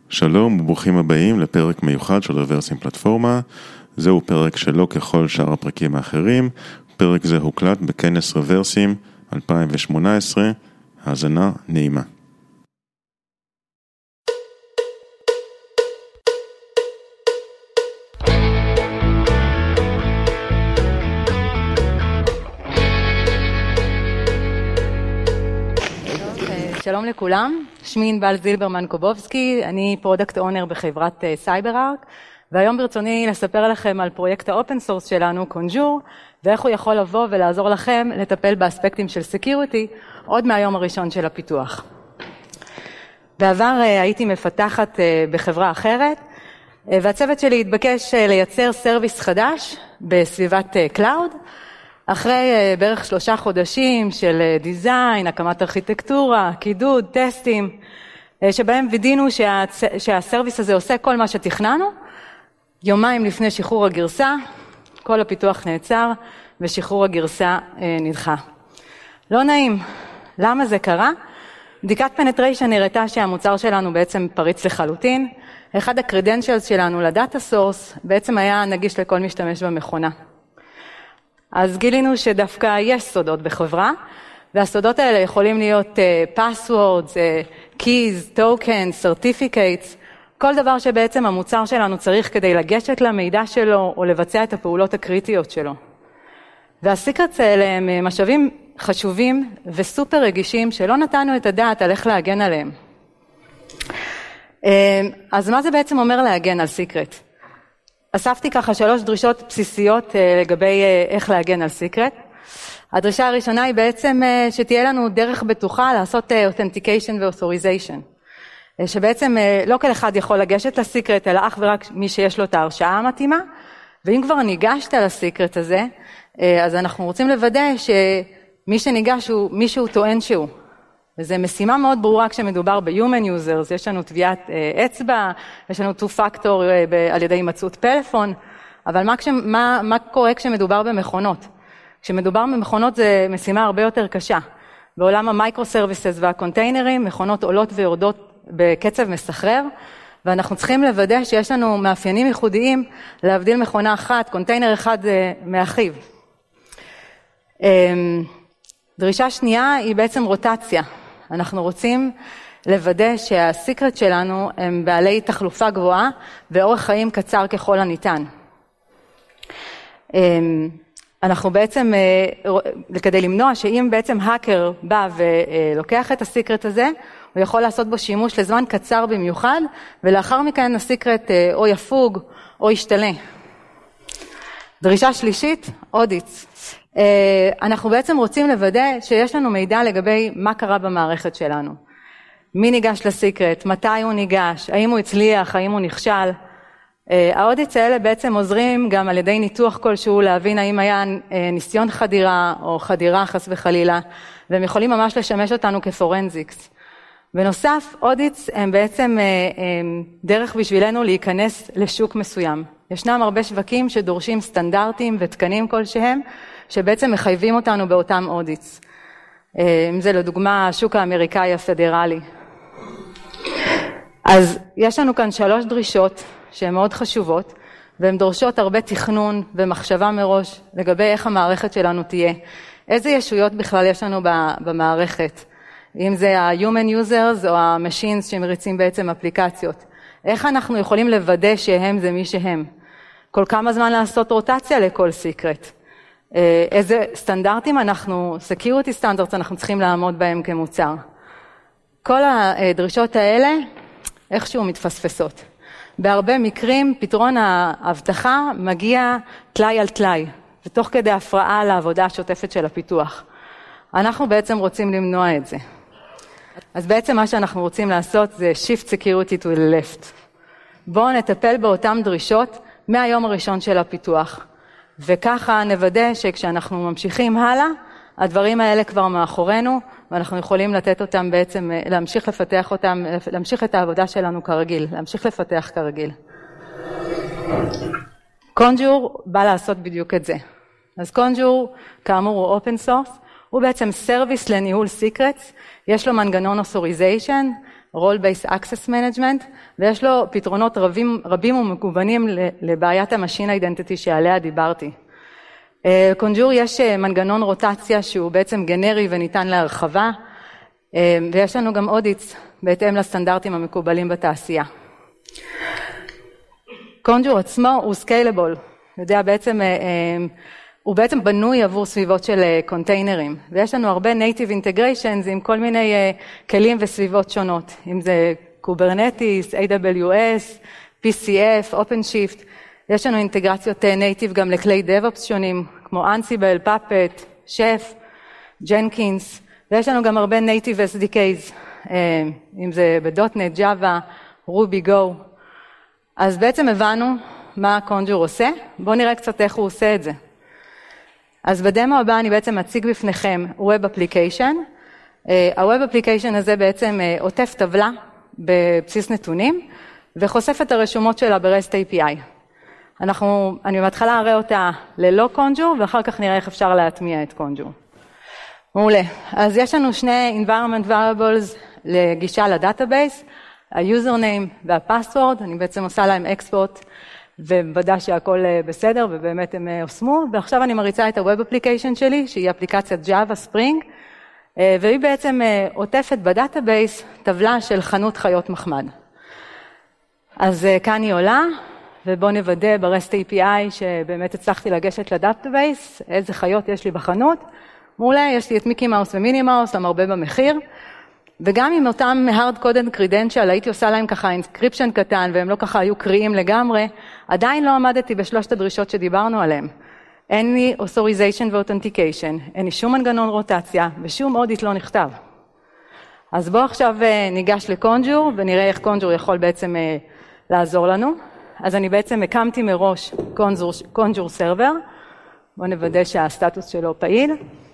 שלום וברוכים הבאים לפרק מיוחד של רוורסים פלטפורמה. זהו פרק שלא ככל שאר הפרקים האחרים. פרק זה הוקלט בכנס רוורסים 2018. האזנה נעימה. שלום לכולם, שמי ענבל זילברמן קובובסקי, אני פרודקט אונר בחברת סייברארק, והיום ברצוני לספר לכם על פרויקט האופן סורס שלנו, קונג'ור, ואיך הוא יכול לבוא ולעזור לכם לטפל באספקטים של סקיוריטי עוד מהיום הראשון של הפיתוח. בעבר הייתי מפתחת בחברה אחרת, והצוות שלי התבקש לייצר סרוויס חדש בסביבת קלאוד, אחרי בערך 3 חודשים של דיזיין, הקמת ארכיטקטורה, קידוד, טסטים, שבהם וידינו שהסרוויס הזה עושה כל מה שתכננו, יומיים לפני שחרור הגרסה, כל הפיתוח נעצר ושחרור הגרסה נדחה. לא נעים. למה זה קרה? בדיקת פנטריישן הראתה שהמוצר שלנו בעצם פריץ לחלוטין, אחד הקרדנשלס שלנו לדאטה סורס בעצם היה נגיש לכל משתמש במכונה. אז גילינו שדווקא יש סודות בחברה, והסודות האלה יכולים להיות passwords, keys, tokens, certificates, כל דבר שבעצם המוצר שלנו צריך כדי לגשת למידע שלו או לבצע את הפעולות הקריטיות שלו. והסיקרטס האלה הם משאבים חשובים וסופר רגישים שלא נתנו את הדעת על איך להגן עליהם. אז מה זה בעצם אומר להגן על סיקרט? אספתי ככה 3 דרישות בסיסיות לגבי איך להגן על סיקרט. הדרישה הראשונה היא בעצם שתהיה לנו דרך בטוחה לעשות authentication ו-authorization. שבעצם לא כל אחד יכול לגשת לסיקרט, אלא אך ורק מי שיש לו את ההרשאה המתאימה. ואם כבר ניגשת לסיקרט הזה, אז אנחנו רוצים לוודא שמי שניגש הוא מי שהוא טוען שהוא. וזו משימה מאוד ברורה כשמדובר ב-human users, יש לנו טביעת אצבע, יש לנו 2-factor על ידי הימצאות פלאפון, אבל מה קורה כשמדובר במכונות? כשמדובר במכונות זה משימה הרבה יותר קשה. בעולם המייקרו-סרוויסס והקונטיינרים, מכונות עולות ויורדות בקצב מסחרר, ואנחנו צריכים לוודא שיש לנו מאפיינים ייחודיים להבדיל מכונה אחת, קונטיינר אחד מאחיו. דרישה שנייה היא בעצם רוטציה. אנחנו רוצים לוודא שהסיקרט שלנו הם בעלי תחלופה גבוהה ואורך חיים קצר ככל הניתן. אנחנו בעצם, כדי למנוע שאם בעצם האקר בא ולוקח את הסיקרט הזה, הוא יכול לעשות בו שימוש לזמן קצר במיוחד, ולאחר מכן הסיקרט או יפוג או ישתלה. דרישה שלישית, אודיטס. אנחנו בעצם רוצים לוודא שיש לנו מידע לגבי מה קרה במערכת שלנו. מי ניגש לסיקרט, מתי הוא ניגש, האם הוא הצליח, האם הוא נכשל. האודיטס האלה בעצם עוזרים גם על ידי ניתוח כלשהו להבין האם היה ניסיון חדירה או חדירה חס וחלילה, והם יכולים ממש לשמש אותנו כפורנזיקס. בנוסף, אודיטס הם בעצם דרך בשבילנו להיכנס לשוק מסוים. ישנם הרבה שווקים שדורשים סטנדרטים ותקנים כלשהם, שבעצם מחייבים אותנו באותם אודיטס. אם זה לדוגמה השוק האמריקאי הפדרלי. אז יש לנו כאן 3 דרישות שהן מאוד חשובות, והן דורשות הרבה תכנון ומחשבה מראש לגבי איך המערכת שלנו תהיה. איזה ישויות בכלל יש לנו במערכת? אם זה ה-human users או ה-machines שמריצים בעצם אפליקציות. איך אנחנו יכולים לוודא שהם זה מי שהם? כל כמה זמן לעשות רוטציה לכל סיקרט? איזה סטנדרטים security standards אנחנו צריכים לעמוד בהם כמוצר. כל הדרישות האלה איכשהו מתפספסות. בהרבה מקרים פתרון ההבטחה מגיע תלאי על תלאי, ותוך כדי הפרעה לעבודה השוטפת של הפיתוח. אנחנו בעצם רוצים למנוע את זה. אז בעצם מה שאנחנו רוצים לעשות זה shift security to the left. בואו נטפל באותן דרישות מהיום הראשון של הפיתוח. וככה נוודא שכשאנחנו ממשיכים הלאה, הדברים האלה כבר מאחורינו, ואנחנו יכולים לתת אותם בעצם, להמשיך לפתח אותם, להמשיך את העבודה שלנו כרגיל, להמשיך לפתח כרגיל. קונג'ור בא לעשות בדיוק את זה. אז קונג'ור, כאמור, הוא open source, הוא בעצם סרוויס לניהול סיקרטס, יש לו מנגנון authorization, Role-Based Access Management, ויש לו פתרונות רבים ומגוונים לבעיית ה-Machine Identity שעליה דיברתי. קונג'ור יש מנגנון רוטציה שהוא בעצם גנרי וניתן להרחבה, ויש לנו גם אודיטס בהתאם לסטנדרטים המקובלים בתעשייה. קונג'ור עצמו הוא סקיילבול, הוא בעצם בנוי עבור סביבות של קונטיינרים, ויש לנו הרבה native integrations עם כל מיני כלים וסביבות שונות, אם זה Kubernetes, AWS, PCF, OpenShift, יש לנו אינטגרציות native גם לכלי DevOps שונים, כמו Ansible, Puppet, Chef, Jenkins, ויש לנו גם הרבה native SDKs, אם זה ב.NET, Java, Ruby, Go. אז בעצם הבנו מה קונג'ור עושה, בואו נראה קצת איך הוא עושה את זה. אז בדמו הבא אני בעצם אציג בפניכם Web Application. ה-Web Application הזה בעצם עוטף טבלה בבסיס נתונים, וחושף את הרשומות שלה ב-REST API. אני בהתחלה אראה אותה ללא קונג'ור, ואחר כך נראה איך אפשר להטמיע את קונג'ור. מעולה. אז יש לנו שני environment variables לגישה לדאטאבייס, ה-username וה-password, אני בעצם עושה להם export, ובדע שהכל בסדר, ובאמת הם הושמו, ועכשיו אני מריצה את ה-Web Application שלי, שהיא אפליקציית Java Spring, והיא בעצם עוטפת בדאטאבייס טבלה של חנות חיות מחמד. אז כאן היא עולה, ובואו נוודא ב-REST API שבאמת הצלחתי לגשת לדאטאבייס, איזה חיות יש לי בחנות. מעולה, יש לי את מיקי מאוס ומיני מאוס, המרבה במחיר, וגם עם אותם hard-coded credential, הייתי עושה להם ככה inscription קטן, והם לא ככה היו קריאים לגמרי, עדיין לא עמדתי בשלושת הדרישות שדיברנו עליהם. אין לי authorization ו-authentication, אין לי שום מנגנון רוטציה, ושום אודיט לא נכתב. אז בואו עכשיו ניגש לקונג'ור, ונראה איך קונג'ור יכול בעצם לעזור לנו. אז אני בעצם הקמתי מראש קונג'ור סרבר, בואו נוודא שהסטטוס שלו פעיל.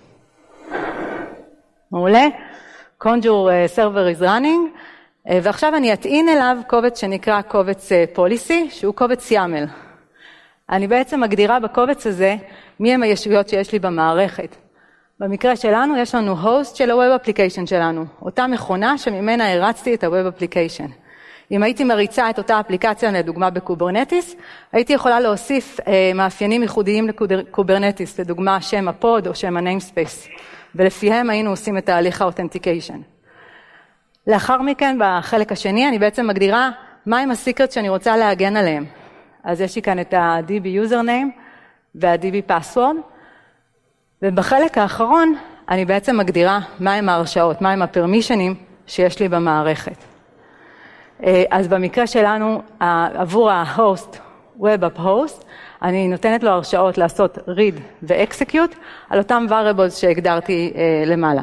מעולה. קונג'ור server is running, ועכשיו אני אטעין אליו קובץ שנקרא קובץ policy, שהוא קובץ YAML. אני בעצם מגדירה בקובץ הזה מי הם הישויות שיש לי במערכת. במקרה שלנו יש לנו host של ה-Web Application שלנו, אותה מכונה שממנה הרצתי את ה-Web Application. אם הייתי מריצה את אותה אפליקציה, לדוגמה בקוברנטיס, הייתי יכולה להוסיף מאפיינים ייחודיים לקוברנטיס, לדוגמה שם הפוד או שם ה-namespace. ולפיהם היינו עושים את תהליך האותנטיקיישן. לאחר מכן, בחלק השני, אני בעצם מגדירה מהם הסיקרט שאני רוצה להגן עליהם. אז יש לי כאן את ה-DB username וה-DB password, ובחלק האחרון אני בעצם מגדירה מהם ההרשאות, מהם הפרמישנים שיש לי במערכת. אז במקרה שלנו, עבור ה-host, Web App Host, אני נותנת לו הרשאות לעשות read ו-execute על אותם variables שהגדרתי למעלה.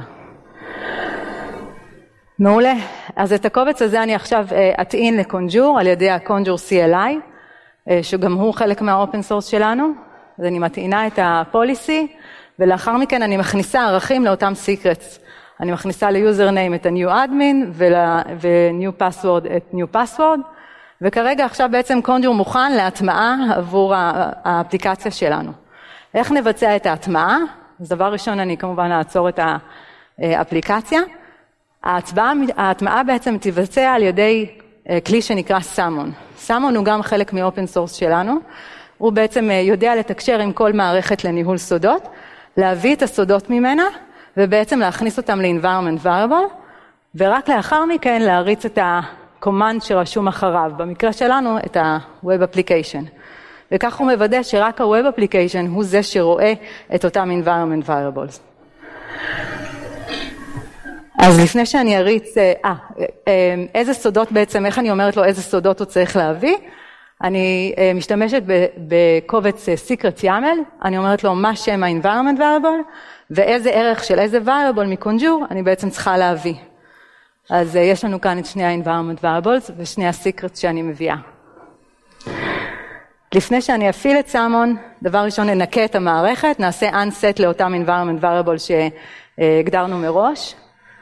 מעולה. אז את הקובץ הזה אני עכשיו אטעין לקונג'ור על ידי הקונג'ור CLI, שגם הוא חלק מהאופן סורס שלנו. אז אני מטעינה את הפוליסי, ולאחר מכן אני מכניסה ערכים לאותם secrets. אני מכניסה ל-username את ה-new admin ו-new password את new password, וכרגע עכשיו בעצם קונג'ור מוכן להטמעה עבור האפליקציה שלנו. איך נבצע את ההטמעה? אז דבר ראשון אני כמובן אעצור את האפליקציה. ההטמעה בעצם תבצע על ידי כלי שנקרא סאמון. סאמון הוא גם חלק מאופן סורס שלנו. הוא בעצם יודע לתקשר עם כל מערכת לניהול סודות, להביא את הסודות ממנה, ובעצם להכניס אותם ל-environment variable, ורק לאחר מכן להריץ את ה-command שרשום אחריו, במקרה שלנו את ה-web application. וכך הוא מוודא שרק ה-web application הוא זה שרואה את אותם environment variables. אז לפני שאני אריץ, איזה סודות בעצם, איך אני אומרת לו איזה סודות הוא צריך להביא, אני משתמשת בקובץ secret YAML, אני אומרת לו מה שם ה-environment variable, ואיזה ערך של איזה variable מקונג'ור אני בעצם צריכה להביא. אז יש לנו כאן את שני ה-environment variables ושני ה-secrets שאני מביאה. לפני שאני אפעיל את סאמון, דבר ראשון ננקה את המערכת, נעשה unset לאותם environment variable שהגדרנו מראש.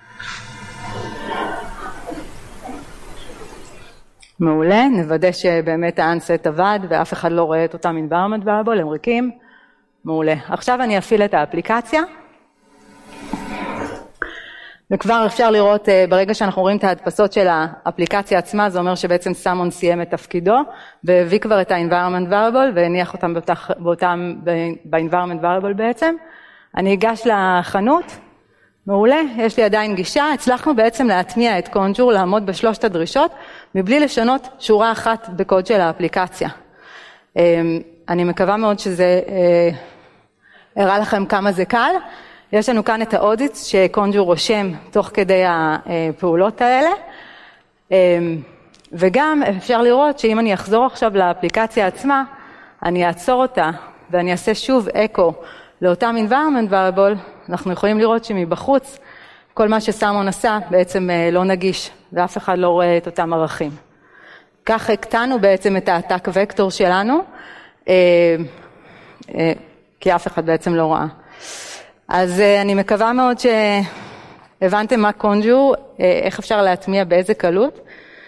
מעולה, נוודא שבאמת ה-unset עבד ואף אחד לא רואה את אותם environment variable, הם ריקים. מעולה. עכשיו אני אפעיל את האפליקציה. וכבר אפשר לראות, ברגע שאנחנו רואים את ההדפסות של האפליקציה עצמה, זה אומר שבעצם סמון סיים את תפקידו, והביא כבר את ה-environment variable, והניח אותם ב-environment variable בעצם. אני אגש לחנות, מעולה, יש לי עדיין גישה, הצלחנו בעצם להטמיע את קונג'ור, לעמוד בשלושת הדרישות, מבלי לשנות שורה אחת בקוד של האפליקציה. אני מקווה מאוד שזה הראה לכם כמה זה קל. יש לנו כאן את האודיטס שקונג'ור רושם תוך כדי הפעולות האלה, וגם אפשר לראות שאם אני אחזור עכשיו לאפליקציה עצמה, אני אעצור אותה ואני אעשה שוב אקו לאותם environment variable, אנחנו יכולים לראות שמבחוץ כל מה שסמון עשה בעצם לא נגיש, ואף אחד לא רואה את אותם ערכים. כך הקטנו בעצם את העתק וקטור שלנו, כי אף אחד בעצם לא ראה. אז אני מקווה מאוד שהבנתם מה קונג'ור, איך אפשר להטמיע באיזה קלות.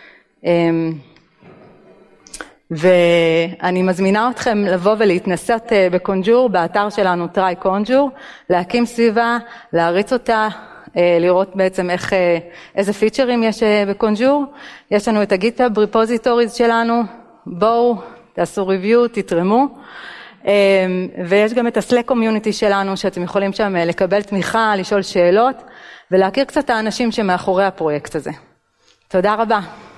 ואני מזמינה אתכם לבוא ולהתנסות בקונג'ור, באתר שלנו Try Conjure, להקים סביבה, להריץ אותה, לראות בעצם איזה פיצ'רים יש בקונג'ור. יש לנו את ה-GitHub repositories שלנו, בואו, תעשו ריוויו, תתרמו. ויש גם את ה-Slack community שלנו, שאתם יכולים שם לקבל תמיכה, לשאול שאלות, ולהכיר קצת האנשים שמאחורי הפרויקט הזה. תודה רבה.